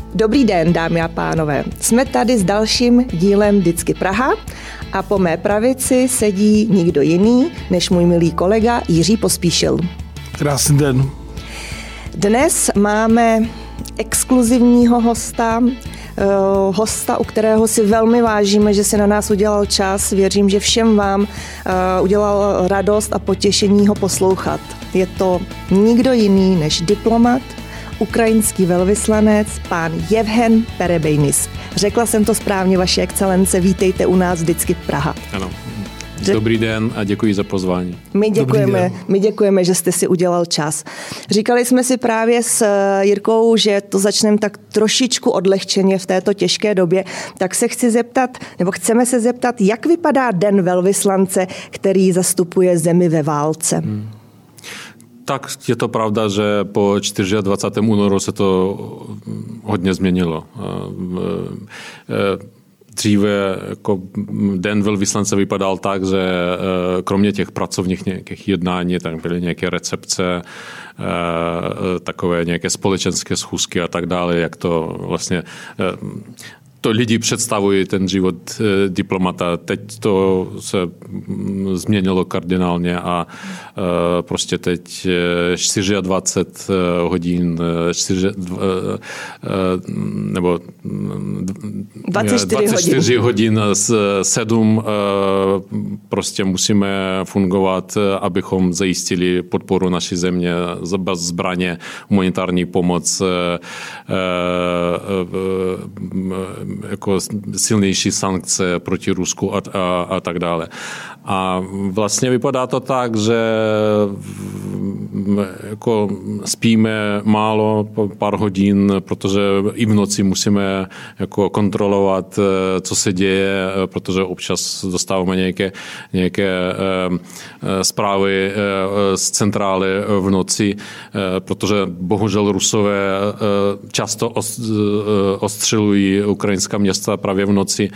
Dobrý den, dámy a pánové. Jsme tady s dalším dílem Vždycky Praha a po mé pravici sedí nikdo jiný než můj milý kolega Jiří Pospíšil. Krásný den. Dnes máme exkluzivního hosta, u kterého si velmi vážíme, že si na nás udělal čas. Věřím, že všem vám udělal radost a potěšení ho poslouchat. Je to nikdo jiný než diplomat, ukrajinský velvyslanec, pán Jevhen Perebejnis. Řekla jsem to správně, vaše excelence, vítejte u nás Vždycky Praha. Ano. Dobrý den a děkuji za pozvání. My děkujeme, že jste si udělal čas. Říkali jsme si právě s Jirkou, že to začneme tak trošičku odlehčeně v této těžké době, tak se chceme se zeptat, jak vypadá den velvyslance, který zastupuje zemi ve válce. Tak je to pravda, že po 24. únoru se to hodně změnilo. Dříve jako den velvyslance vypadal tak, že kromě těch pracovních nějakých jednání, tam byly nějaké recepce, takové nějaké společenské schůzky a tak dále, jak to vlastně to lidi představují ten život diplomata. Teď to se změnilo kardinálně a prostě teď 24 hodin nebo 24 hodin z 7 prostě musíme fungovat, abychom zajistili podporu naší země, zbraně, humanitární pomoc, jako silnější sankce proti Rusku a tak dále. A vlastně vypadá to tak, že jako spíme málo, pár hodin, protože i v noci musíme jako kontrolovat, co se děje, protože občas dostáváme nějaké zprávy z centrály v noci, protože bohužel Rusové často ostřelují ukrajinská města právě v noci.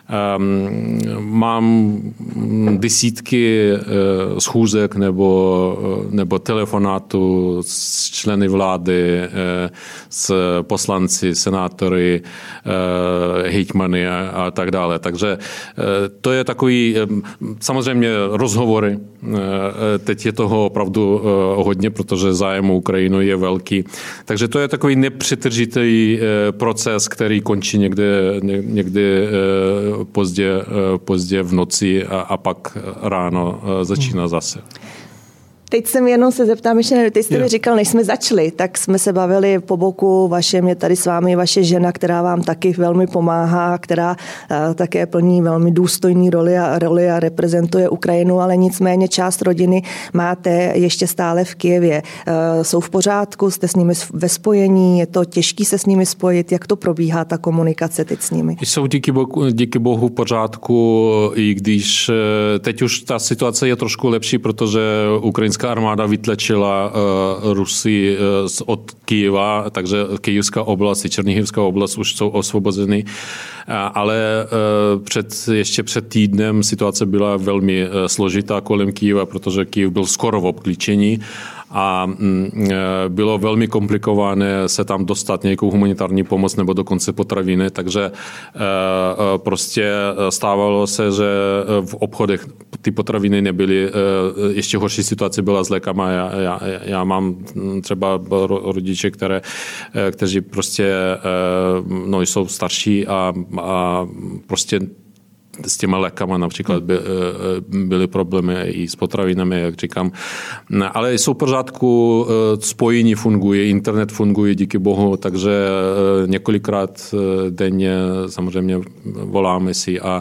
Mám desítky schůzek nebo telefonátů s členy vlády, s poslanci, senátory, hejtmany a tak dále. Takže to je takový, samozřejmě rozhovory. Teď je toho opravdu hodně, protože zájem o Ukrajinu je velký. Takže to je takový nepřetržitý proces, který končí někdy pozdě v noci a pak ráno začíná zase. Teď jsem jenom se zeptám, teď jste mi říkal, než jsme začali, tak jsme se bavili po boku vašem, je tady s vámi vaše žena, která vám taky velmi pomáhá, která také plní velmi důstojný roli a reprezentuje Ukrajinu, ale nicméně část rodiny máte ještě stále v Kyjevě. Jsou v pořádku, jste s nimi ve spojení, je to těžké se s nimi spojit, jak to probíhá ta komunikace teď s nimi? Jsou díky bohu v pořádku, i když teď už ta situace je trošku lepší, protože ukrajinská armáda vytlačila Rusy od Kyjeva, takže Kyjevská oblast i Černihivská oblast už jsou osvobozeny. Ale ještě před týdnem situace byla velmi složitá kolem Kyjeva, protože Kyjev byl skoro v obklíčení a bylo velmi komplikované se tam dostat nějakou humanitární pomoc nebo dokonce potraviny, takže prostě stávalo se, že v obchodech ty potraviny nebyly, ještě horší situace byla s lékama. Já mám třeba rodiče, kteří prostě jsou starší a prostě s těma lékama například byly problémy i s potravinami, jak říkám. Ale jsou v pořádku, spojení funguje, internet funguje, díky bohu, takže několikrát denně samozřejmě voláme si a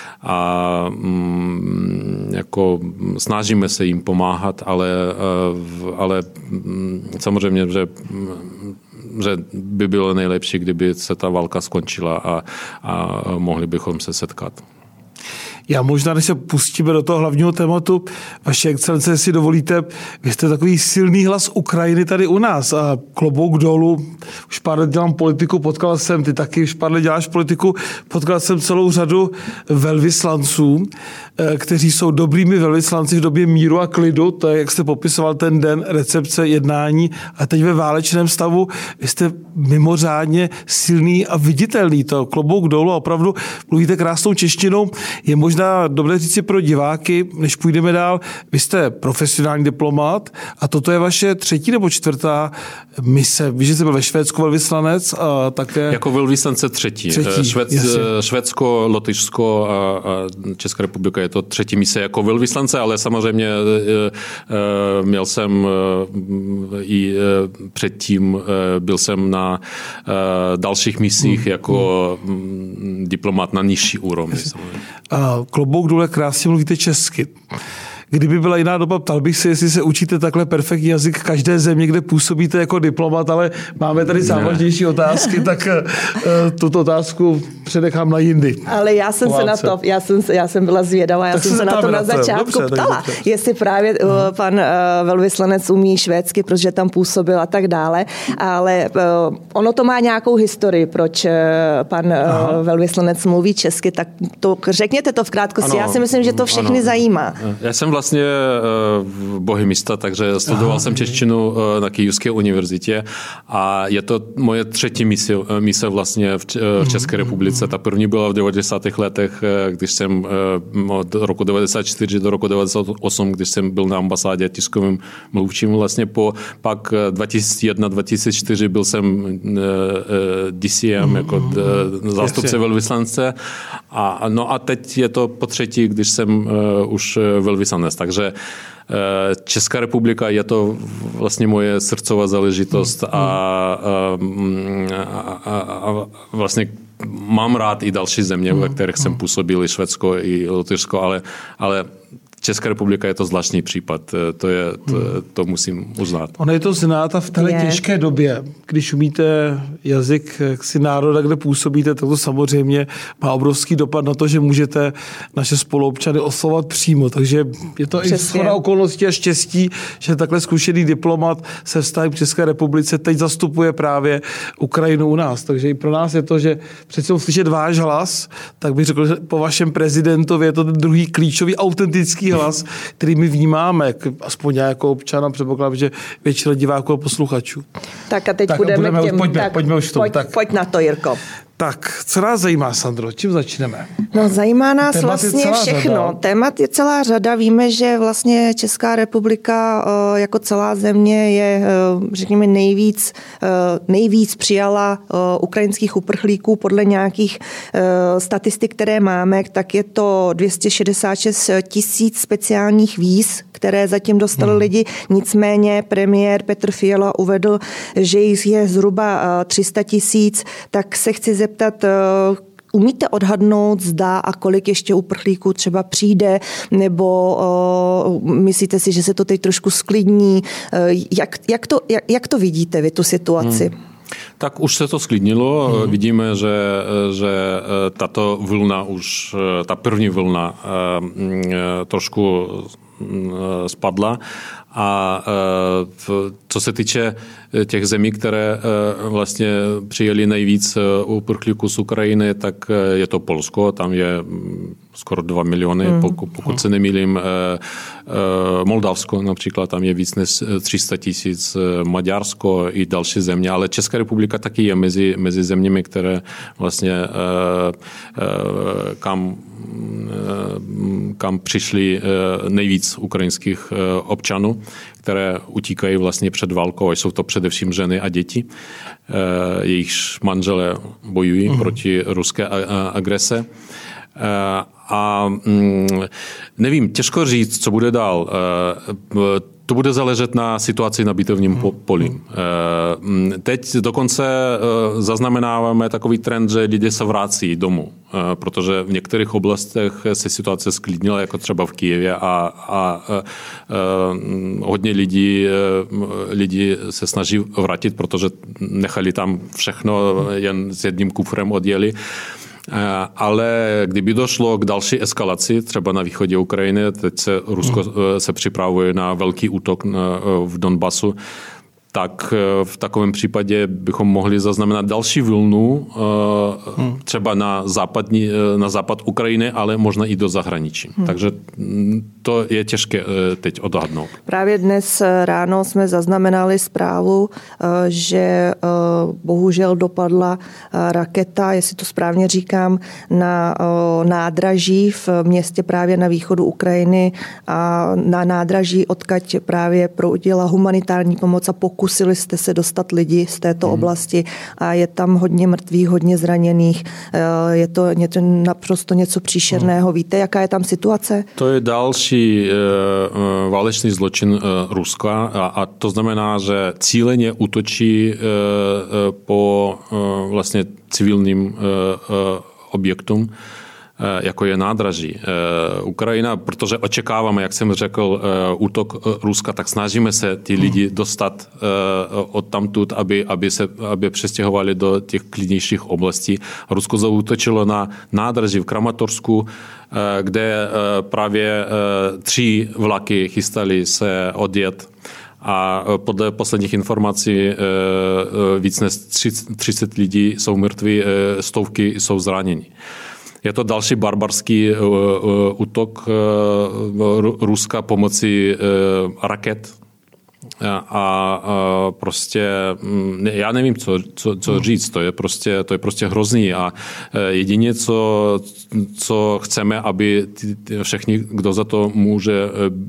jako snažíme se jim pomáhat, ale samozřejmě, že by bylo nejlepší, kdyby se ta válka skončila a mohli bychom se setkat. Já možná, než se pustíme do toho hlavního tématu, vaše excelence, jestli dovolíte, vy jste takový silný hlas Ukrajiny tady u nás a klobouk dolů. Už pár let dělám politiku, potkal jsem, ty taky už pár let děláš politiku, potkal jsem celou řadu velvyslanců, kteří jsou dobrými velvyslanci v době míru a klidu, to je, jak jste popisoval ten den recepce jednání, a teď ve válečném stavu vy jste mimořádně silný a viditelný. To klobouk dolů a opravdu mluvíte krásnou češtinou. Je možná dobré říci pro diváky, než půjdeme dál, vy jste profesionální diplomat a toto je vaše 3. nebo 4. mise. Víš, že jste byl ve Švédsku velvyslanec a také... Jako velvyslance 3. Švédsko, Lotyšsko a Česká republika je to 3. mise jako velvyslance, ale samozřejmě měl jsem i předtím byl jsem na dalších misích jako diplomat na nižší úrovni. Klobouk dole, krásně mluvíte česky. Kdyby byla jiná doba, ptal bych se, jestli se učíte takhle perfektní jazyk každé země, kde působíte jako diplomat, ale máme tady závažnější otázky, tak tuto otázku předechám na jindy. Ale já jsem se na to, já jsem byla zvědavá, já jsem se na to na začátku ptala, jestli právě pan velvyslanec umí švédsky, protože tam působil a tak dále, ale ono to má nějakou historii, proč pan velvyslanec mluví česky, tak to řekněte to v krátkosti. Ano, já si myslím, že to všechny zajímá. Já jsem vlastně bohemista, takže studoval jsem češtinu na Kyjevské univerzitě a je to moje 3. mise vlastně v České republice. Ta první byla v 90. letech, když jsem od roku 94 do roku 98, když jsem byl na ambasádě tiskovým mluvčím vlastně pak 2001-2004 byl jsem DCM jako zástupce velvyslance a teď je to po 3., když jsem už velvyslanec. Takže Česká republika je to vlastně moje srdcová záležitost a vlastně mám rád i další země, ve kterých jsem působil, i Švédsko, i Lotyšsko, ale Česká republika je to zvláštní případ, to musím uznat. Ono je to znát a v té těžké době, když umíte jazyk národa, kde působíte, tak to samozřejmě má obrovský dopad na to, že můžete naše spoluobčany oslovovat přímo. Takže je to i shoda okolností a štěstí, že takhle zkušený diplomat se vztahem k České republice teď zastupuje právě Ukrajinu u nás. Takže i pro nás je to, že přece slyšet váš hlas, tak bych řekl, že po vašem prezidentovi je to ten druhý klíčový autentický hlas, který my vnímáme, aspoň já jako občana, předpokládám, že většina diváků a posluchačů. Tak a teď půjdeme k těm... Pojďme už v tom. Pojď na to, Jirko. Tak, co nás zajímá, Sandro? Čím začneme? No, zajímá nás vlastně všechno. Témat je celá řada. Víme, že vlastně Česká republika jako celá země je, řekněme, nejvíc přijala ukrajinských uprchlíků. Podle nějakých statistik, které máme, tak je to 266 000 speciálních víz, které zatím dostali lidi. Nicméně premiér Petr Fiala uvedl, že jich je zhruba 300 000, tak se chci zeptat, umíte odhadnout, zda a kolik ještě uprchlíků třeba přijde, nebo myslíte si, že se to teď trošku sklidní? Jak to vidíte vy, tu situaci? Tak už se to sklidnilo. Vidíme, že tato vlna už, ta první vlna trošku spadla. A co se týče těch zemí, které vlastně přijeli nejvíc uprchlíků z Ukrajiny, tak je to Polsko, tam je skoro 2 miliony, pokud se nemýlím. Moldavsko například, tam je víc než 300 000, Maďarsko i další země, ale Česká republika taky je mezi zeměmi, které vlastně kam přišli nejvíc ukrajinských občanů, které utíkají vlastně před válkou. Jsou to především ženy a děti. Jejichž manželé bojují proti ruské agrese. A nevím, těžko říct, co bude dál. To bude záležet na situaci na bitevním poli. Teď dokonce zaznamenáváme takový trend, že lidé se vrací domů, protože v některých oblastech se situace sklidnila, jako třeba v Kyjevě a hodně lidí se snaží vrátit, protože nechali tam všechno, jen s jedním kufrem odjeli. Ale kdyby došlo k další eskalaci, třeba na východě Ukrajiny, teď se Rusko se připravuje na velký útok v Donbasu, tak v takovém případě bychom mohli zaznamenat další vlnu, třeba na západ Ukrajiny, ale možná i do zahraničí. Takže to je těžké teď odhadnout. Právě dnes ráno jsme zaznamenali zprávu, že bohužel dopadla raketa, jestli to správně říkám, na nádraží v městě právě na východu Ukrajiny a na nádraží, odkud právě proudila humanitární pomoc a pokusili jste se dostat lidi z této oblasti a je tam hodně mrtvých, hodně zraněných. Je to naprosto něco příšerného. Víte, jaká je tam situace? To je další válečný zločin Ruska a to znamená, že cíleně útočí po vlastně civilním objektům, jako je nádraží. Ukrajina, protože očekáváme, jak jsem řekl, útok Ruska, tak snažíme se ty lidi dostat odtamtud, aby přestěhovali do těch klidnějších oblastí. Rusko zaútočilo na nádraží v Kramatorsku, kde právě 3 vlaky chystali se odjet. A podle posledních informací víc než 30 lidí jsou mrtví, stovky jsou zraněni. Je to další barbarský útok Ruska pomocí raket. A prostě já nevím, co říct, to je prostě hrozný a jedině, co chceme, aby všichni, kdo za to může,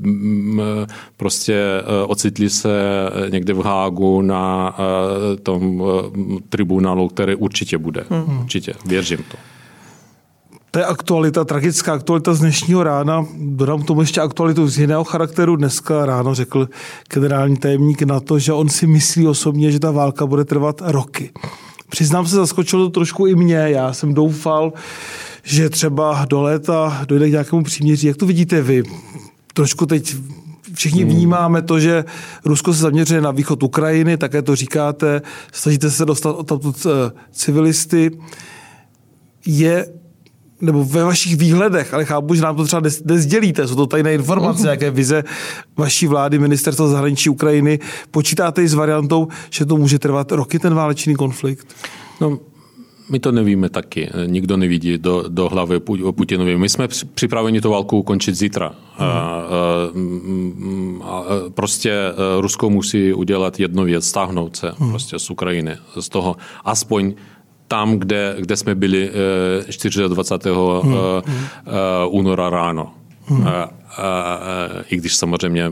prostě ocitli se někde v Hágu na tom tribunálu, který určitě bude. Určitě, věřím to. To je aktualita, tragická aktualita z dnešního rána. Dodám k tomu ještě aktualitu z jiného charakteru. Dneska ráno řekl generální tajemník NATO, že on si myslí osobně, že ta válka bude trvat roky. Přiznám se, zaskočilo to trošku i mě. Já jsem doufal, že třeba do léta dojde k nějakému příměří. Jak to vidíte vy? Trošku teď všichni vnímáme to, že Rusko se zaměřuje na východ Ukrajiny, také to říkáte, snažíte se dostat odtamtud civilisty. Nebo ve vašich výhledech, ale chápu, že nám to třeba nezdělíte, jsou to tajné informace, nějaké vize vaší vlády, ministerstva zahraničí Ukrajiny. Počítáte i s variantou, že to může trvat roky, ten válečný konflikt? No, my to nevíme taky. Nikdo nevidí do hlavy Putinovi. My jsme připraveni tu válku ukončit zítra. Prostě Rusko musí udělat jednu věc, stáhnout se prostě z Ukrajiny. Z toho aspoň tam, kde jsme byli 24. února ráno. I když samozřejmě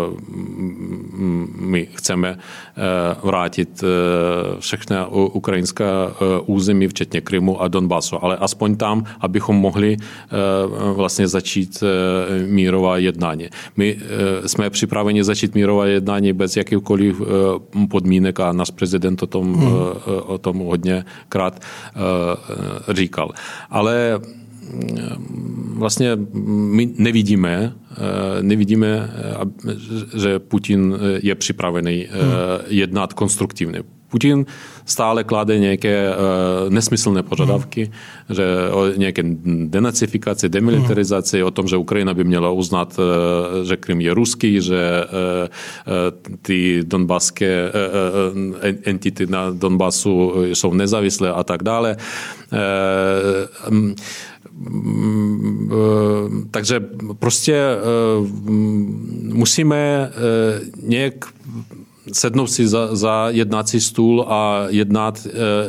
my chceme vrátit všechna ukrajinská území, včetně Krymu a Donbasu, ale aspoň tam, abychom mohli vlastně začít mírová jednání. My jsme připraveni začít mírová jednání bez jakýchkoliv podmínek a náš prezident o tom hodněkrát říkal. Ale vlastně my nevidíme, že Putin je připravený jednat konstruktivně. Putin stále klade nějaké nesmyslné požadavky, že o nějaké denacifikaci, demilitarizaci, o tom, že Ukrajina by měla uznat, že Krym je ruský, že ty donbaské entity na Donbasu jsou nezávislé a tak dále. Takže prostě musíme nějak sednout si za jednací stůl a jednat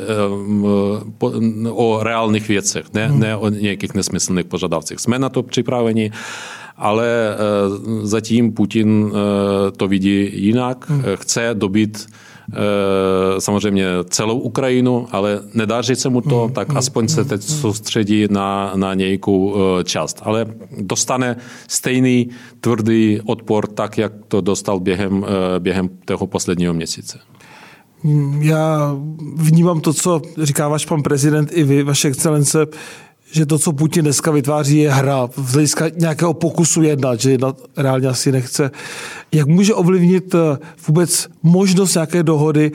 o reálných věcech, ne o nějakých nesmyslných požadavcích. Jsme na to připraveni, ale zatím Putin to vidí jinak. Chce dobít samozřejmě celou Ukrajinu, ale nedaří se mu to, tak aspoň se teď soustředí na nějakou část. Ale dostane stejný tvrdý odpor, tak jak to dostal během toho posledního měsíce. Já vnímám to, co říká váš pan prezident i vy, vaše excelence, že to, co Putin dneska vytváří, je hra z hlediska nějakého pokusu jednat, že jednat reálně asi nechce. Jak může ovlivnit vůbec možnost nějaké dohody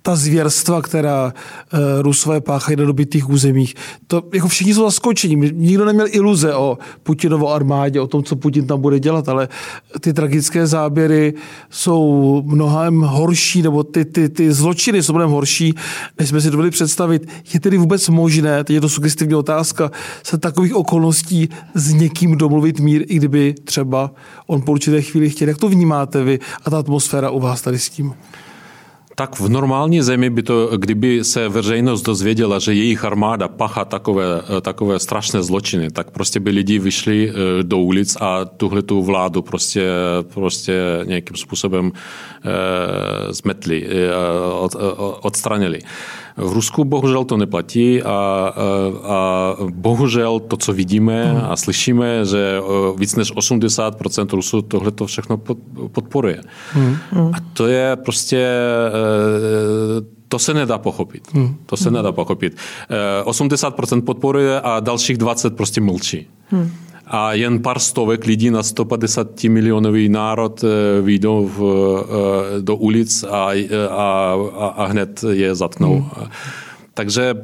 ta zvěrstva, která Rusové páchají na dobytých územích. To jako všichni jsou zaskočení. Nikdo neměl iluze o Putinovo armádě, o tom, co Putin tam bude dělat, ale ty tragické záběry jsou mnohem horší, nebo ty zločiny jsou mnohem horší, než jsme si dovedli představit. Je tedy vůbec možné, teď je to sugestivní otázka, se takových okolností s někým domluvit mír, i kdyby třeba on po určité chvíli chtěl. Jak to vnímáte vy a ta atmosféra u vás tady s tím? Tak v normální zemi by to, kdyby se veřejnost dozvěděla, že jejich armáda pachá takové strašné zločiny, tak prostě by lidi vyšli do ulic a tuhletu vládu prostě nějakým způsobem zmetli, odstranili. V Rusku bohužel to neplatí a bohužel to, co vidíme a slyšíme, že víc než 80% Rusů tohleto všechno podporuje. A to je prostě, to se nedá pochopit. To se nedá pochopit. 80% podporuje a dalších 20% prostě mlčí. A jen pár stovek lidí na 150 milionový národ vyjdou do ulic a hned je zatknou. Takže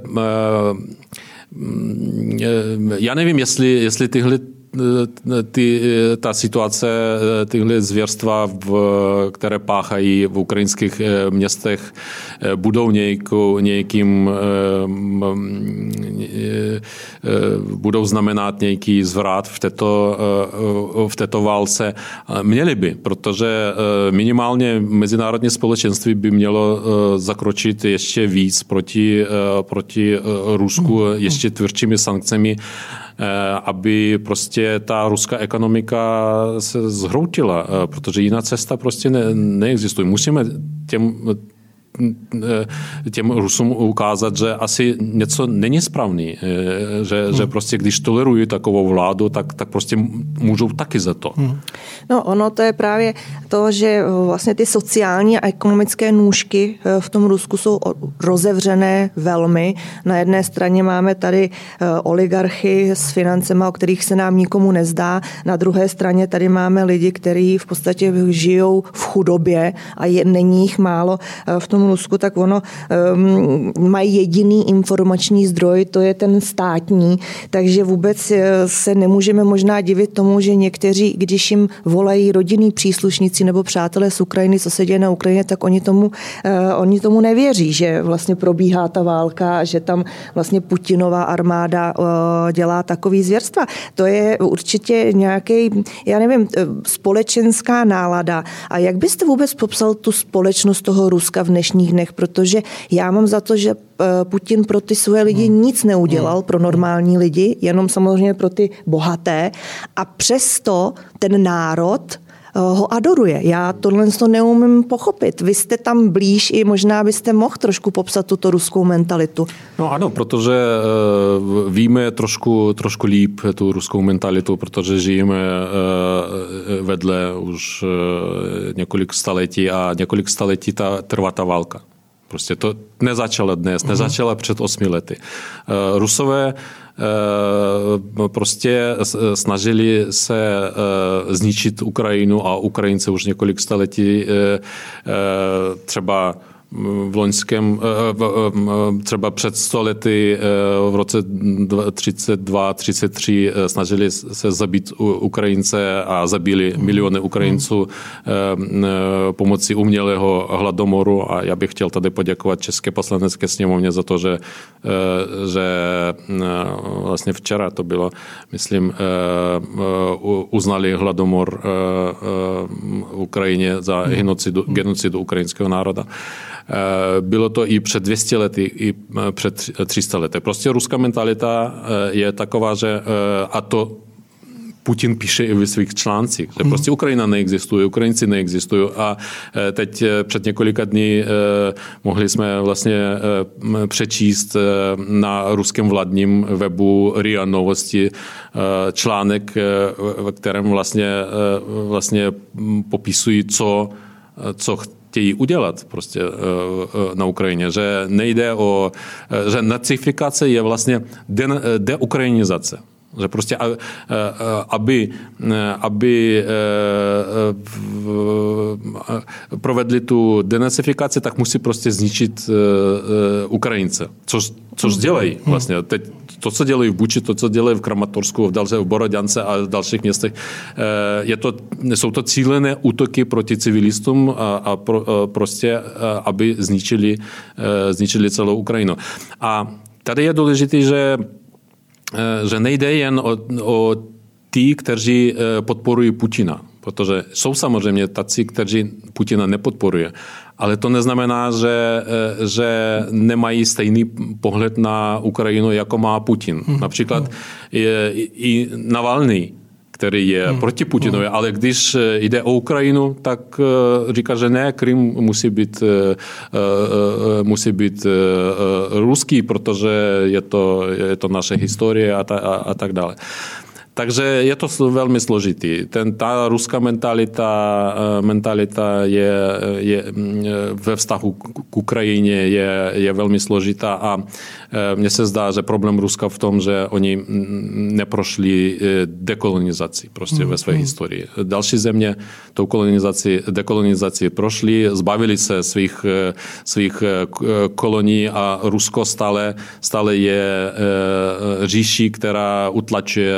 já nevím, jestli ta situace, tyhle zvěrstva, které páchají v ukrajinských městech, budou budou znamenat nějaký zvrat v této válce. Měly by, protože minimálně mezinárodní společenství by mělo zakročit ještě víc proti Rusku, ještě tvrdšími sankcemi, aby prostě ta ruská ekonomika se zhroutila, protože jiná cesta prostě neexistuje. Musíme těm Rusům ukázat, že asi něco není správný, že prostě když tolerují takovou vládu, tak prostě můžou taky za to. No ono to je právě to, že vlastně ty sociální a ekonomické nůžky v tom Rusku jsou rozevřené velmi. Na jedné straně máme tady oligarchy s financema, o kterých se nám nikomu nezdá. Na druhé straně tady máme lidi, kteří v podstatě žijou v chudobě a není jich málo v tom Rusku, tak ono mají jediný informační zdroj, to je ten státní, takže vůbec se nemůžeme možná divit tomu, že někteří, když jim volají rodinní příslušníci nebo přátelé z Ukrajiny, co se děje na Ukrajině, tak oni tomu nevěří, že vlastně probíhá ta válka, že tam vlastně Putinova armáda dělá takový zvěrstva. To je určitě nějaký, já nevím, společenská nálada. A jak byste vůbec popsal tu společnost toho Ruska v dnešních dnech, protože já mám za to, že Putin pro ty svoje lidi nic neudělal, pro normální lidi, jenom samozřejmě pro ty bohaté a přesto ten národ ho adoruje. Já tohle neumím pochopit. Vy jste tam blíž i možná byste mohl trošku popsat tuto ruskou mentalitu. No ano, protože víme trošku líp tu ruskou mentalitu, protože žijeme vedle už několik staletí a několik staletí trvá ta válka. Prostě to nezačalo dnes, nezačalo před 8 lety. Rusové prostě snažili se zničit Ukrajinu a Ukrajince už několik staletí třeba v loňském, třeba před 100 lety v roce 32-33 snažili se zabít Ukrajince a zabili miliony Ukrajinců pomocí umělého hladomoru a já bych chtěl tady poděkovat České poslanecké sněmovně za to, že vlastně včera to bylo, myslím, uznali hladomor v Ukrajině za genocidu ukrajinského národa. Bylo to i před 200 lety, i před 300 lety. Prostě ruská mentalita je taková, že a to Putin píše i ve svých článcích, že prostě Ukrajina neexistuje, Ukrajinci neexistují a teď před několika dní mohli jsme vlastně přečíst na ruském vládním webu RIA Novosti článek, ve kterém vlastně popisují, co chtějí udělat prostě na Ukrajině, že nejde že nacifikace je vlastně deukrajinizace. Že prostě, aby provedli tu denacifikaci, tak musí prostě zničit Ukrajince. Což dělají vlastně. Teď to, co dělají v Buči, to, co dělají v Kramatorsku, v Borodянce a v dalších městech, jsou to cílené útoky proti civilistům a prostě, aby zničili celou Ukrajinu. A tady je důležité, že nejde jen o ty, kteří podporují Putina, protože jsou samozřejmě tací, kteří Putina nepodporují. Ale to neznamená, že nemají stejný pohled na Ukrajinu, jako má Putin. Například i Navalny, který je proti Putinovi, ale když jde o Ukrajinu, tak říká, že ne, Krym musí být ruský, protože je to naše historie a tak dále. Takže je to velmi složitý. Ta ruská mentalita je ve vztahu k Ukrajině je velmi složitá a mně se zdá, že problém Ruska v tom, že oni neprošli dekolonizaci prostě ve své historii. Další země tou dekolonizaci prošli, zbavili se svých kolonií a Rusko stále je říší, která utlačuje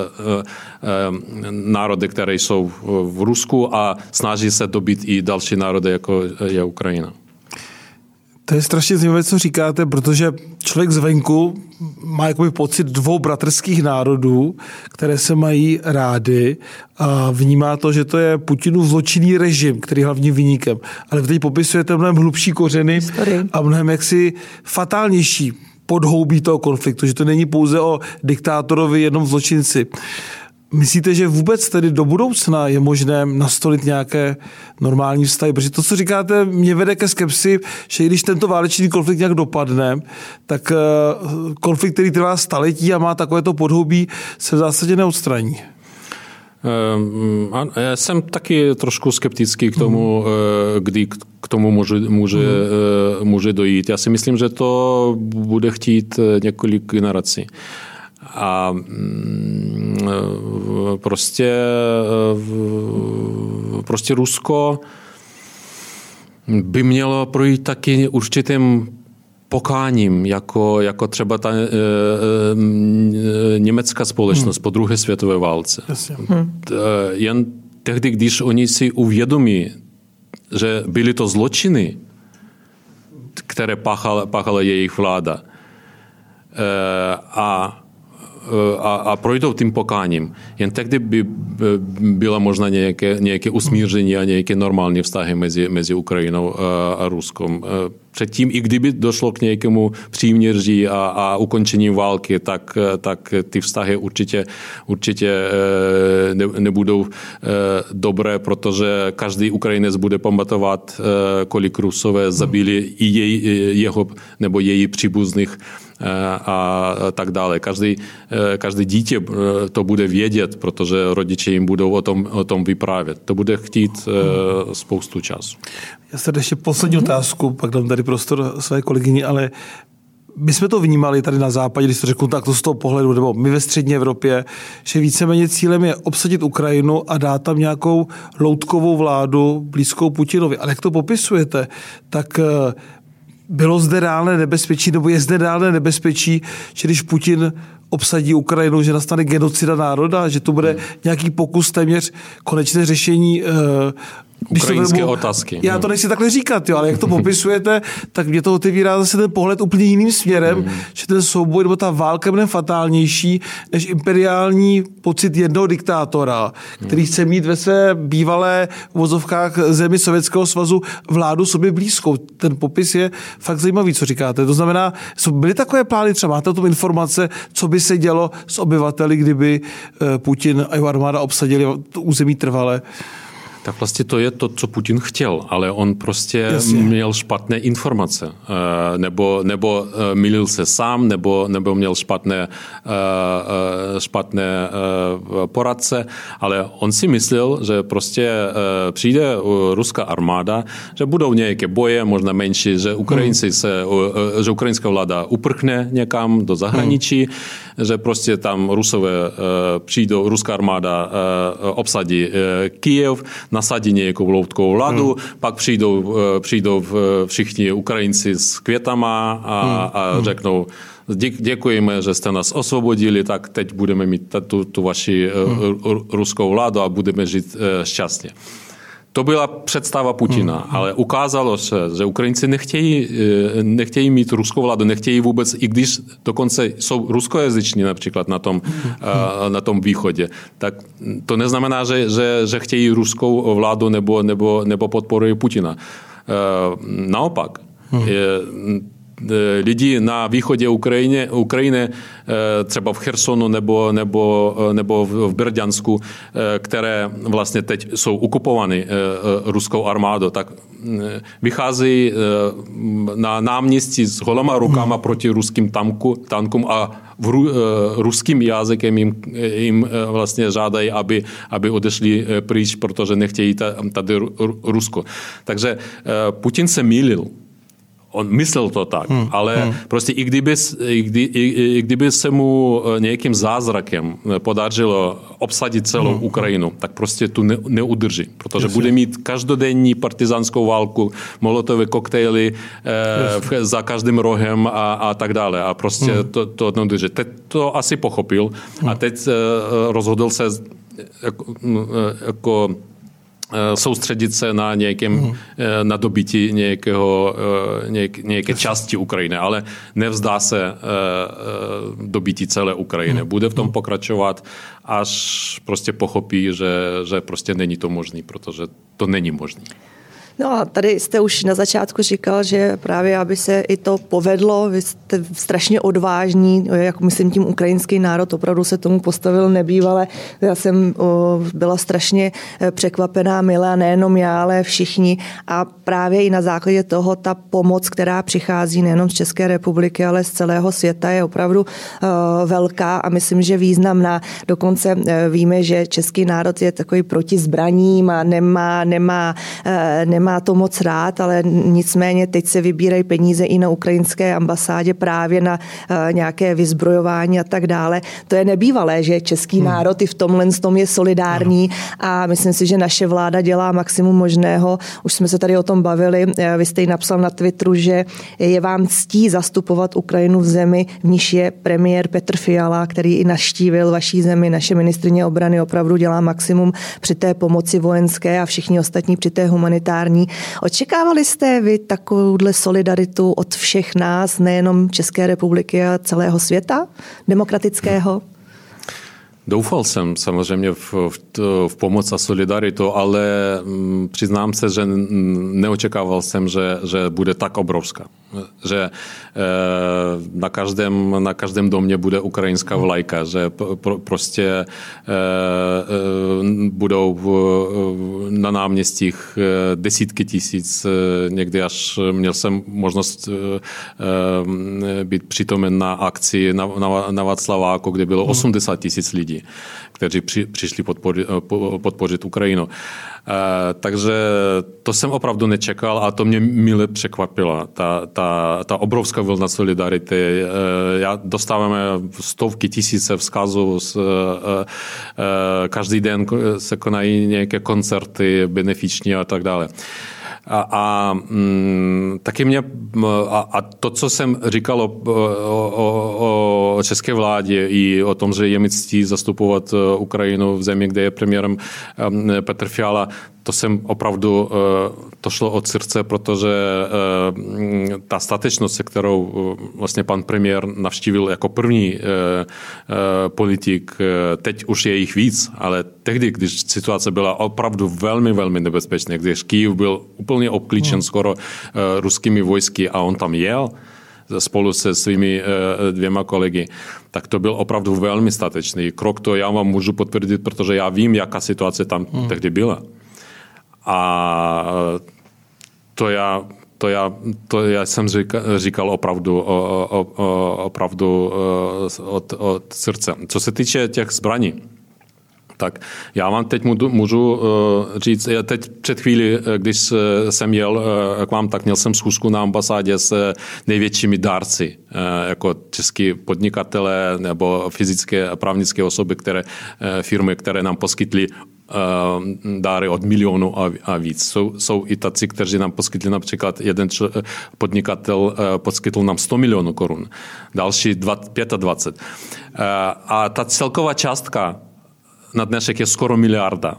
národy, které jsou v Rusku a snaží se dobít i další národy, jako je Ukrajina. To je strašně zajímavé, co říkáte, protože člověk zvenku má jakoby pocit dvou bratrských národů, které se mají rády a vnímá to, že to je Putinův zločinný režim, který je hlavním viníkem. Ale vy teď popisujete mnohem hlubší kořeny a mnohem jaksi fatálnější podhoubí toho konfliktu, že to není pouze o diktátorovi, jednom zločinci. Myslíte, že vůbec tedy do budoucna je možné nastolit nějaké normální vztahy? Protože to, co říkáte, mě vede ke skepsi, že když tento válečný konflikt nějak dopadne, tak konflikt, který trvá staletí a má takovéto podhoubí, se v zásadě neodstraní. Já jsem taky trošku skeptický k tomu, kdy k tomu může dojít. Já si myslím, že to bude chtít několik generací. A prostě Rusko by mělo projít taky určitým pokáním, jako třeba ta německá společnost po druhé světové válce. Jen tehdy, když oni si uvědomí, že byly to zločiny, které páchala jejich vláda, a projdou tím pokáním. Jen tehdy by bylo možná nějaké usmíření a nějaké normální vztahy mezi Ukrajinou a Ruskem. Předtím, i kdyby došlo k nějakému příměří a ukončení války, tak ty vztahy určitě nebudou dobré, protože každý Ukrajinec bude pamatovat, kolik Rusové zabili i jeho nebo její příbuzných a tak dále. Každý dítě to bude vědět, protože rodiče jim budou o tom vyprávět. To bude chtít spoustu času. Já se ještě poslední otázku, pak dám tady prostor své kolegyni, ale my jsme to vnímali tady na západě, když to řeknu tak, to z toho pohledu, nebo my ve střední Evropě, že víceméně cílem je obsadit Ukrajinu a dát tam nějakou loutkovou vládu blízkou Putinovi. Ale jak to popisujete, tak bylo zde reálné nebezpečí, nebo je zde reálné nebezpečí, že když Putin obsadí Ukrajinu, že nastane genocida národa, že to bude nějaký pokus téměř konečné řešení ukrajinské otázky. Já to nechci takhle říkat, jo, ale jak to popisujete, tak mě to otevírá zase ten pohled úplně jiným směrem, že ten souboj nebo ta válka bude fatálnější než imperiální pocit jednoho diktátora, který chce mít ve své bývalé vozovkách zemi Sovětského svazu vládu sobě blízkou. Ten popis je fakt zajímavý, co říkáte. To znamená, byly takové plány, třeba máte o tom informace, co by se dělo s obyvateli, kdyby Putin a jeho armáda obsadili území trvale? Tak vlastně to je to, co Putin chtěl, ale on prostě měl špatné informace. Nebo mýlil se sám, nebo měl špatné poradce, ale on si myslel, že prostě přijde ruská armáda, že budou nějaké boje, možná menší, že že ukrajinská vláda uprchne někam do zahraničí, že prostě tam přijdou, ruská armáda obsadí Kyjev, nasadí nějakou loutkovou vládu, pak přijdou všichni Ukrajinci s květama a řeknou, děkujeme, že jste nás osvobodili, tak teď budeme mít tu vaši ruskou vládu a budeme žít šťastně. To byla představa Putina, ale ukázalo se, že Ukrajinci nechtějí mít ruskou vládu, nechtějí vůbec, i když dokonce jsou ruskojazyční například na tom východě, tak to neznamená, že chtějí ruskou vládu nebo podporují Putina. Naopak, lidi na východě Ukrajiny, třeba v Chersonu nebo v Berďansku, které vlastně teď jsou okupovány ruskou armádou, tak vycházejí na náměstí s holama rukama proti ruským tankům a ruským jazykem jim vlastně žádají, aby odešli pryč, protože nechtějí tady Rusko. Takže Putin se mýlil. On myslel to tak, ale prostě i kdyby se mu nějakým zázrakem podařilo obsadit celou Ukrajinu, tak prostě tu neudrží, protože bude mít každodenní partizánskou válku, molotové koktejly za každým rohem a tak dále. A prostě to neudrží. Teď to asi pochopil a teď rozhodl se jako soustředit se na na dobytí nějaké části Ukrajiny, ale nevzdá se dobytí celé Ukrajiny. Bude v tom pokračovat, až prostě pochopí, že prostě není to možný, protože to není možný. No a tady jste už na začátku říkal, že právě aby se i to povedlo, vy jste strašně odvážní, jak myslím tím ukrajinský národ, opravdu se tomu postavil nebývale. Já jsem byla strašně překvapená, milá, nejenom já, ale všichni a právě i na základě toho ta pomoc, která přichází nejenom z České republiky, ale z celého světa je opravdu velká a myslím, že významná. Dokonce víme, že český národ je takový proti zbraním a nemá to moc rád, ale nicméně teď se vybírají peníze i na ukrajinské ambasádě právě na nějaké vyzbrojování a tak dále. To je nebývalé, že český národ i v tomhle tom je solidární a myslím si, že naše vláda dělá maximum možného. Už jsme se tady o tom bavili. Vy jste jí napsal na Twitteru, že je vám ctí zastupovat Ukrajinu v zemi, v níž je premiér Petr Fiala, který i navštívil vaší zemi. Naše ministryně obrany opravdu dělá maximum při té pomoci vojenské a všichni ostatní při té humanitární. Očekávali jste vy takovouhle solidaritu od všech nás, nejenom České republiky a celého světa demokratického? Doufal jsem samozřejmě v pomoc a solidaritu, ale přiznám se, že neočekával jsem, že bude tak obrovská. Že na každém domě bude ukrajinská vlajka, že prostě budou na náměstích desítky tisíc, někdy až měl jsem možnost být přítomen na akci na Václaváku, kde bylo 80 tisíc lidí, kteří přišli podpořit Ukrajinu. Takže to jsem opravdu nečekal a to mě mile překvapilo. Ta obrovská vlna solidarity. Dostáváme stovky tisíce vzkazů. Každý den se konají nějaké koncerty benefiční a tak dále. Taky mě to, co jsem říkal o české vládě i o tom, že je mi ctí zastupovat Ukrajinu v zemi, kde je premiérem Petr Fiala, to jsem opravdu, to šlo od srdce, protože ta statečnost, se kterou vlastně pan premiér navštívil jako první politik, teď už je jich víc, ale tehdy, když situace byla opravdu velmi, velmi nebezpečná, když Kyjev byl úplně obklíčen skoro ruskými vojsky a on tam jel spolu se svými dvěma kolegy, tak to byl opravdu velmi statečný krok. To já vám můžu potvrdit, protože já vím, jaká situace tam tehdy byla. A to já jsem říkal opravdu od srdce. Co se týče těch zbraní, tak já vám teď můžu říct, já teď před chvíli, když jsem jel k vám, tak měl jsem schůzku na ambasádě s největšími dárci, jako český podnikatelé nebo fyzické a právnické osoby, firmy, které nám poskytly dáry od milionu a víc. Jsou i taci, kteří nám poskytli, například jeden podnikatel poskytl nám 100 milionů korun, další 25. A ta celková částka na dnešek je skoro miliarda.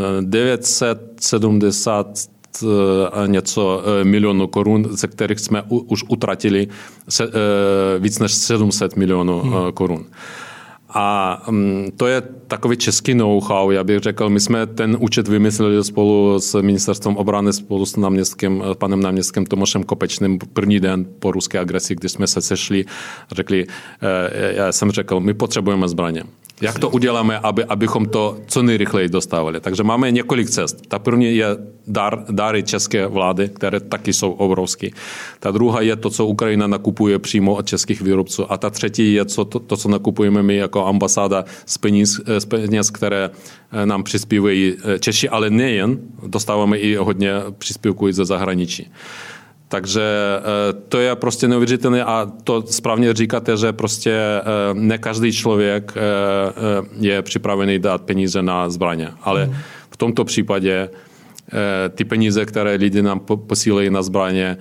970 něco milionů korun, ze kterých jsme už utratili víc než 700 milionů korun. A to je takový český know-how, já bych řekl, my jsme ten účet vymysleli spolu s ministerstvem obrany, spolu s panem náměstkem Tomášem Kopečným první den po ruské agresi, když jsme se sešli, já jsem řekl, my potřebujeme zbraně. Jak to uděláme, abychom to co nejrychleji dostávali? Takže máme několik cest. Ta první je dary české vlády, které taky jsou obrovské. Ta druhá je to, co Ukrajina nakupuje přímo od českých výrobců. A ta třetí je to, co nakupujeme my jako ambasáda z peněz, které nám přispívají Češi, ale nejen. Dostáváme i hodně příspěvků ze zahraničí. Takže to je prostě neuvěřitelné a to správně říkáte, že prostě ne každý člověk je připravený dát peníze na zbraně. Ale v tomto případě ty peníze, které lidi nám posílají na zbraně,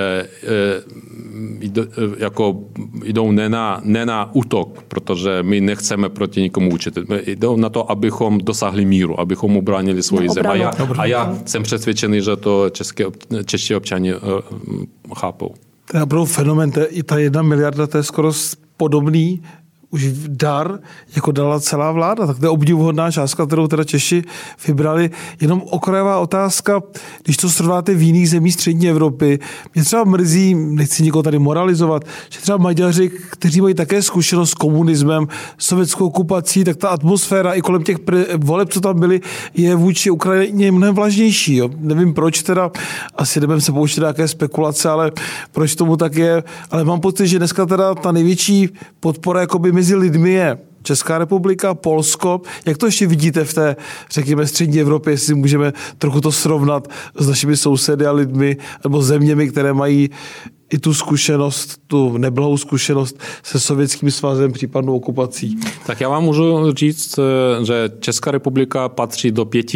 jdou ne na útok, protože my nechceme proti nikomu účet. Jdou na to, abychom dosáhli míru, abychom ubránili svoji zemi. A já jsem přesvědčený, že to čeští občani chápou. To je opravdu fenomén. Ta 1 miliarda, to je skoro podobný už dar, jako dala celá vláda. Tak to je obdivuhodná částka, kterou teda Češi vybrali. Jenom okrajová otázka, když to srovnáte v jiných zemích střední Evropy, mě třeba mrzí, nechci nikoho tady moralizovat, že třeba Maďaři, kteří mají také zkušenost s komunismem, sovětskou okupací, tak ta atmosféra i kolem těch voleb, co tam byly, je vůči Ukrajině mnohem vlažnější. Jo. Nevím proč teda, asi nebudeme se pouštět nějaké spekulace, ale proč tomu tak je. Ale mám pocit, že dneska teda ta největší podpora jakoby mezi lidmi je Česká republika, Polsko. Jak to ještě vidíte v té, řekněme, střední Evropě, jestli můžeme trochu to srovnat s našimi sousedy a lidmi, nebo zeměmi, které mají i tu zkušenost, tu neblahou zkušenost se Sovětským svazem, případnou okupací. Tak já vám můžu říct, že Česká republika patří do 5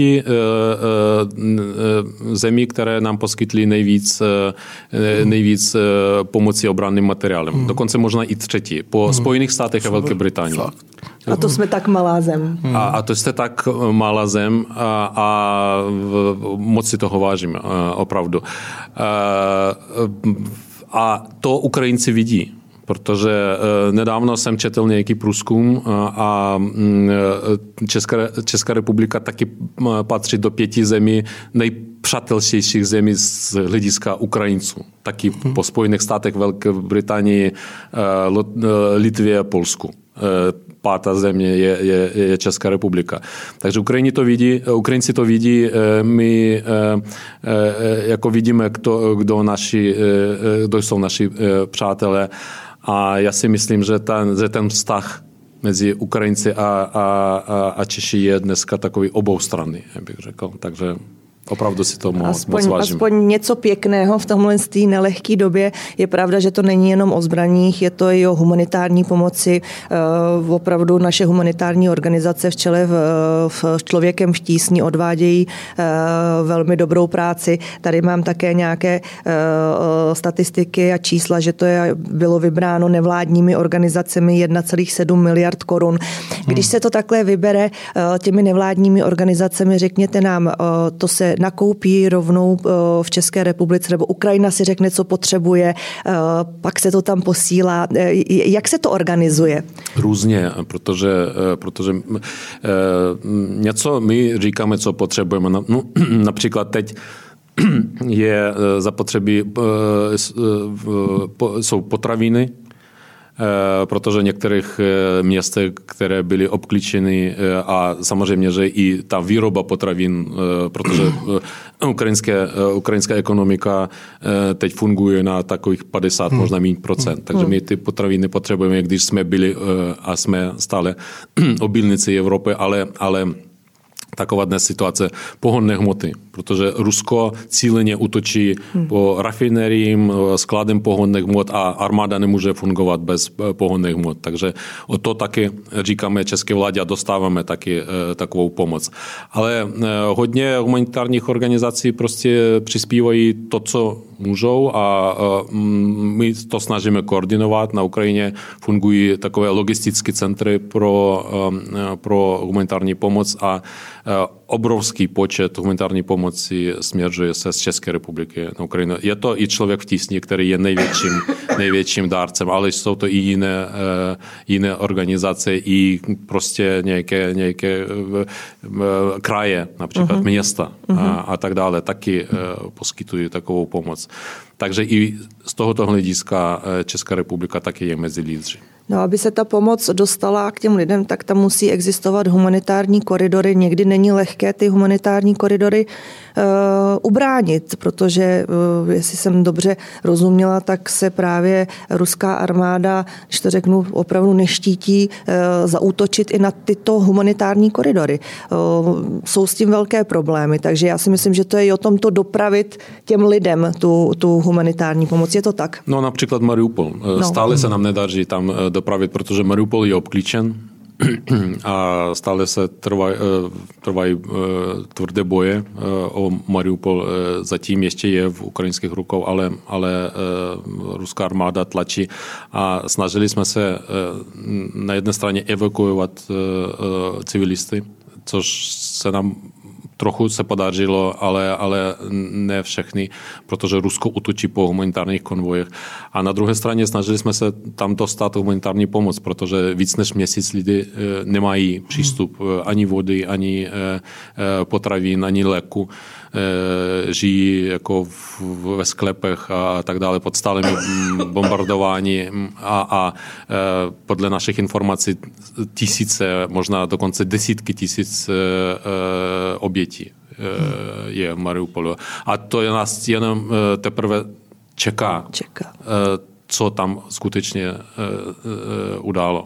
zemí, které nám poskytly nejvíc pomoci obranným materiálem. Dokonce možná i 3. Po Spojených státech a Velké Británii. A to jsme tak malá zem. A to jste tak malá zem a moc si toho vážím, opravdu. A to Ukrajinci vidí, protože nedávno jsem četl nějaký průzkum a Česká republika taky patří do 5 zemí nejpřátelštějších zemí z hlediska Ukrajinců. Taky po Spojených státech, Velké Británii, Litvě, Polsku. 5. země je Česká republika. Takže Ukrajinci to vidí, my jako vidíme, kdo jsou naši přátelé a já si myslím, že ten vztah mezi Ukrajinci a Češi je dneska takový oboustranný, bych řekl. Takže opravdu si to moc vážím. Aspoň něco pěkného v tomhle nelehké době. Je pravda, že to není jenom o zbraních, je to i o humanitární pomoci. Opravdu naše humanitární organizace v čele v Člověkem v tísni odvádějí velmi dobrou práci. Tady mám také nějaké statistiky a čísla, že to bylo vybráno nevládními organizacemi 1,7 miliard korun. Když se to takhle vybere těmi nevládními organizacemi, řekněte nám, to se nakoupí rovnou v České republice, nebo Ukrajina si řekne, co potřebuje, pak se to tam posílá. Jak se to organizuje? Různě, protože něco my říkáme, co potřebujeme. No, například teď je zapotřebí, jsou potraviny, protože v některých městech, které byly obklíčeny a samozřejmě, že i ta výroba potravin, protože ukrajinská ekonomika teď funguje na takových 50, možná méně procent. Takže my ty potraviny potřebujeme, když jsme byli a jsme stále obilnici Evropy, ale taková dnes situace pohonné hmoty, protože Rusko cíleně útočí po rafineriím, skladem pohonných hmot a armáda nemůže fungovat bez pohonných hmot. Takže o to taky říkáme české vládě a dostáváme taky takovou pomoc. Ale hodně humanitárních organizací prostě přispívají to, co můžou a my to snažíme koordinovat. Na Ukrajině fungují takové logistické centry pro humanitární pomoc a obrovský počet humanitární pomoci směřuje se z České republiky na Ukrajinu. Je to i Člověk v tísni, který je největším dárcem, ale jsou to i jiné organizace, i prostě nějaké kraje, například města a tak dále, taky poskytují takovou pomoc. Takže i z tohoto hlediska Česká republika taky je mezi lídři. No, aby se ta pomoc dostala k těm lidem, tak tam musí existovat humanitární koridory. Někdy není lehké ty humanitární koridory ubránit, protože, jestli jsem dobře rozuměla, tak se právě ruská armáda, když to řeknu, opravdu neštítí zaútočit i na tyto humanitární koridory. Jsou s tím velké problémy, takže já si myslím, že to je i o tom to dopravit těm lidem, tu humanitární pomoc. Je to tak? No, například Mariupol. Stále se nám nedaří tam dopravit, protože Mariupol je obklíčen a stále se trvají tvrdé boje o Mariupol. Zatím ještě je v ukrajinských rukou, ale ruská armáda tlačí a snažili jsme se na jedné straně evakuovat civilisty, což se nám trochu se podařilo, ale ne všechny, protože Rusko útočí po humanitárních konvojech. A na druhé straně snažili jsme se tam dostat humanitární pomoc, protože víc než měsíc lidi nemají přístup ani vody, ani potravin, ani léku. Žijí jako ve sklepech a tak dále pod stálým bombardování a podle našich informací tisíce, možná dokonce desítky tisíc obětí je v Mariupolu. A to je nás jenom teprve čeká. Co tam skutečně událo.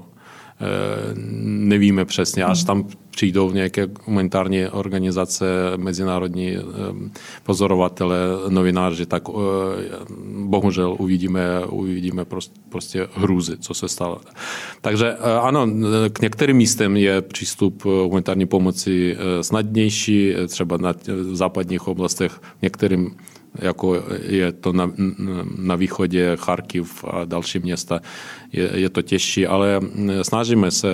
Nevíme přesně, až tam přijdou nějaké humanitární organizace, mezinárodní pozorovatele, novináři, tak bohužel uvidíme prostě hrůzy, co se stalo. Takže ano, k některým místem je přístup humanitární pomoci snadnější, třeba v západních oblastech, některým jako je to na východě, Charkiv a další města, je to těžší, ale snažíme se,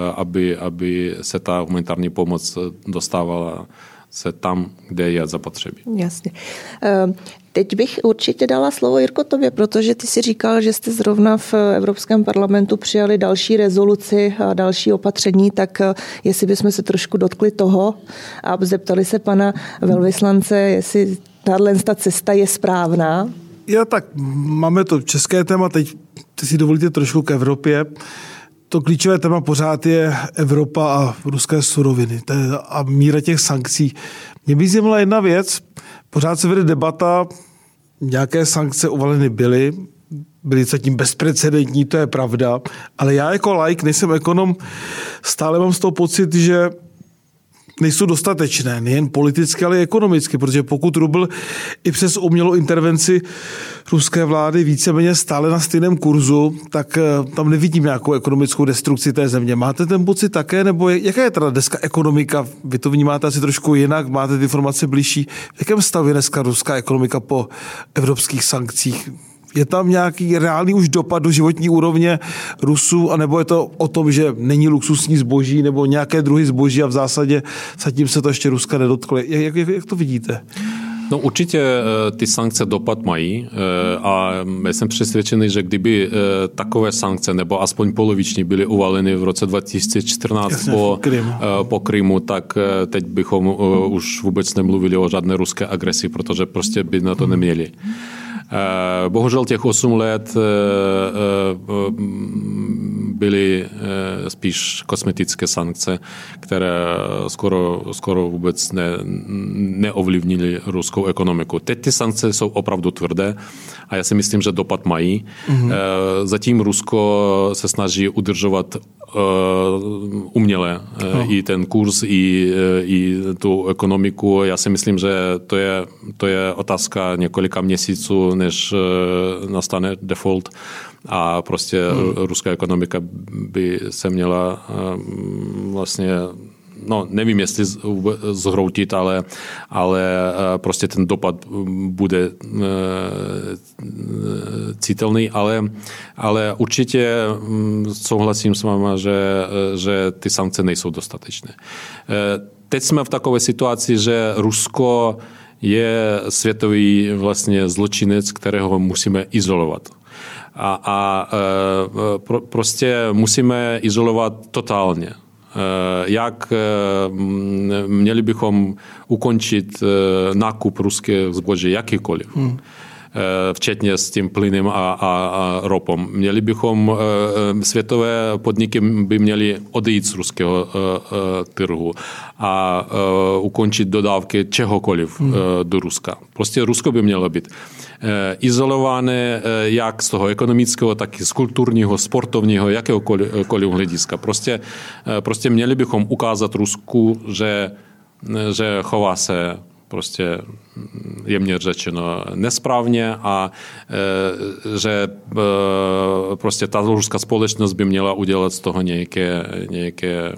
aby se ta humanitární pomoc dostávala se tam, kde je zapotřebí. Jasně. Teď bych určitě dala slovo Jirko tobě, protože ty si říkal, že jste zrovna v Evropském parlamentu přijali další rezoluci a další opatření, tak jestli bychom se trošku dotkli toho a zeptali se pana velvyslance, jestli tato cesta je správná. Já tak, máme to české téma, teď si dovolíte trošku k Evropě. To klíčové téma pořád je Evropa a ruské suroviny a míra těch sankcí. Mě by zajímala jedna věc, pořád se vede debata, nějaké sankce uvaleny byly zatím bezprecedentní, to je pravda, ale já jako laik, nejsem ekonom, stále mám z toho pocit, že nejsou dostatečné, nejen politicky, ale i ekonomicky, protože pokud rubl i přes umělou intervenci ruské vlády víceméně stále na stejném kurzu, tak tam nevidím nějakou ekonomickou destrukci té země. Máte ten pocit také, nebo jaká je teda dneska ekonomika? Vy to vnímáte asi trošku jinak, máte ty informace blížší. V jakém stavu je dneska ruská ekonomika po evropských sankcích? Je tam nějaký reálný už dopad do životní úrovně Rusů, anebo je to o tom, že není luxusní zboží nebo nějaké druhy zboží a v zásadě zatím se to ještě Ruska nedotklo? Jak to vidíte? No určitě ty sankce dopad mají a já jsem přesvědčený, že kdyby takové sankce nebo aspoň poloviční byly uvaleny v roce 2014 po Krymu, tak teď bychom už vůbec nemluvili o žádné ruské agresi, protože prostě by na to neměli. Bohužel těch 8 let byly spíš kosmetické sankce, které skoro vůbec neovlivnily ruskou ekonomiku. Teď ty sankce jsou opravdu tvrdé a já si myslím, že dopad mají. Zatím Rusko se snaží udržovat uměle i ten kurz, i tu ekonomiku. Já si myslím, že to je otázka několika měsíců, než nastane default a prostě ruská ekonomika by se měla vlastně, nevím, jestli zhroutit, ale prostě ten dopad bude citelný, ale určitě souhlasím s váma, že ty sankce nejsou dostatečné. Teď jsme v takové situaci, že Rusko je světový vlastně zločinec, kterého musíme izolovat. A prostě musíme izolovat totálně. Jak měli bychom ukončit nákup ruské zboží jakýkoliv, včetně s tím plynem a ropou. Měli bychom, světové podniky by měly odejít z ruského trhu a ukončit dodávky čehokoliv do Ruska. Prostě Rusko by mělo být izolované jak z toho ekonomického, tak i z kulturního, sportovního, jakéhokoliv hlediska. Prostě měli bychom ukázat Rusku, že chová se prostě jemně řečeno nesprávně a že prostě ta ruská společnost by měla udělat z toho nějaké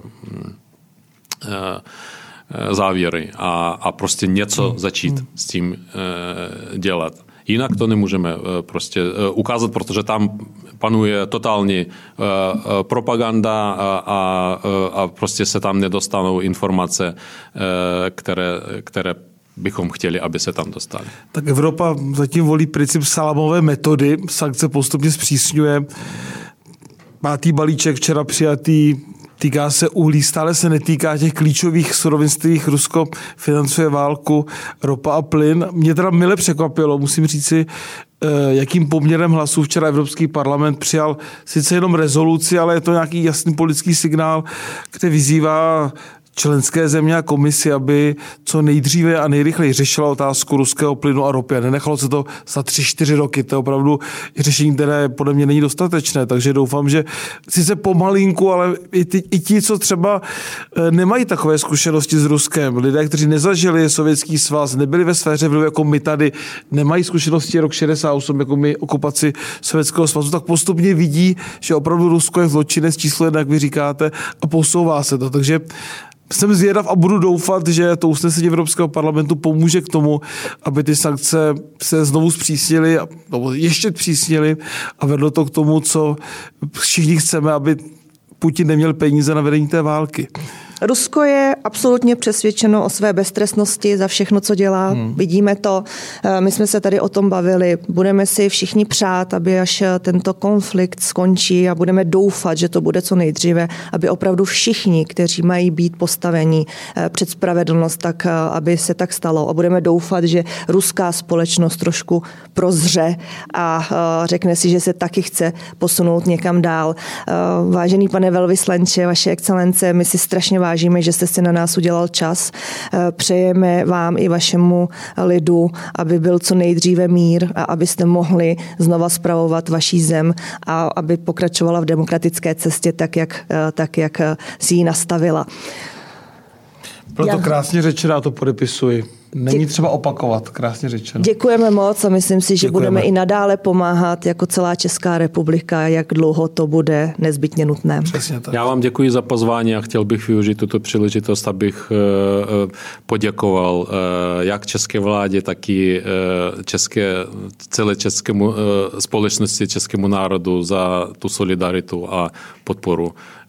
závěry a prostě něco začít s tím dělat. Jinak to nemůžeme prostě ukázat, protože tam panuje totální propaganda a prostě se tam nedostanou informace, které bychom chtěli, aby se tam dostali. Tak Evropa zatím volí princip salámové metody, sankce postupně zpřísňuje. Pátý balíček včera přijatý týká se uhlí, stále se netýká těch klíčových surovin, z kterých Rusko financuje válku, ropa a plyn. Mě teda mile překvapilo, musím říci, jakým poměrem hlasů včera Evropský parlament přijal sice jenom rezoluci, ale je to nějaký jasný politický signál, který vyzývá členské země a komisi, aby co nejdříve a nejrychleji řešila otázku ruského plynu a ropy. Nenechalo se to za 3-4 roky. To je opravdu řešení, které podle mě není dostatečné. Takže doufám, že sice pomalinku, ale i ti, co třeba nemají takové zkušenosti s Ruskem, lidé, kteří nezažili Sovětský svaz, nebyli ve sféře vlivu jako my tady, nemají zkušenosti rok 68, jako my okupaci Sovětského svazu, tak postupně vidí, že opravdu Rusko je zločinec číslo 1, jak vy říkáte, a posouvá se to. Takže jsem zvědav a budu doufat, že to usnesení Evropského parlamentu pomůže k tomu, aby ty sankce se znovu zpřísnily, nebo ještě zpřísnily a vedlo to k tomu, co všichni chceme, aby Putin neměl peníze na vedení té války. Rusko je absolutně přesvědčeno o své beztrestnosti za všechno, co dělá. Vidíme to, my jsme se tady o tom bavili. Budeme si všichni přát, aby až tento konflikt skončí a budeme doufat, že to bude co nejdříve, aby opravdu všichni, kteří mají být postaveni před spravedlnost, tak aby se tak stalo. A budeme doufat, že ruská společnost trošku prozře a řekne si, že se taky chce posunout někam dál. Vážený pane velvyslanče, vaše excelence, my si strašně vážíme, že jste si na nás udělal čas. Přejeme vám i vašemu lidu, aby byl co nejdříve mír a abyste mohli znova spravovat vaší zem a aby pokračovala v demokratické cestě tak, jak si ji nastavila. Bylo to krásně řečeno, to podepisuji. Není třeba opakovat, krásně řečeno. Děkujeme moc a myslím si, že budeme i nadále pomáhat jako celá Česká republika, jak dlouho to bude nezbytně nutné. Přesně tak. Já vám děkuji za pozvání a chtěl bych využít tuto příležitost, abych poděkoval jak české vládě, tak i celé českému společnosti, českému národu za tu solidaritu a podporu,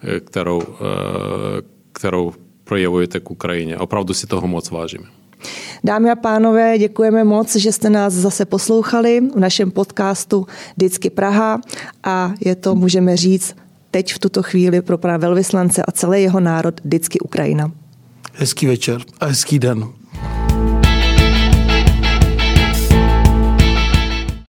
kterou projevujete k Ukrajině. Opravdu si toho moc vážíme. Dámy a pánové, děkujeme moc, že jste nás zase poslouchali v našem podcastu Vždycky Praha a je to, můžeme říct, teď v tuto chvíli pro pana velvyslance a celý jeho národ vždycky Ukrajina. Hezký večer a hezký den.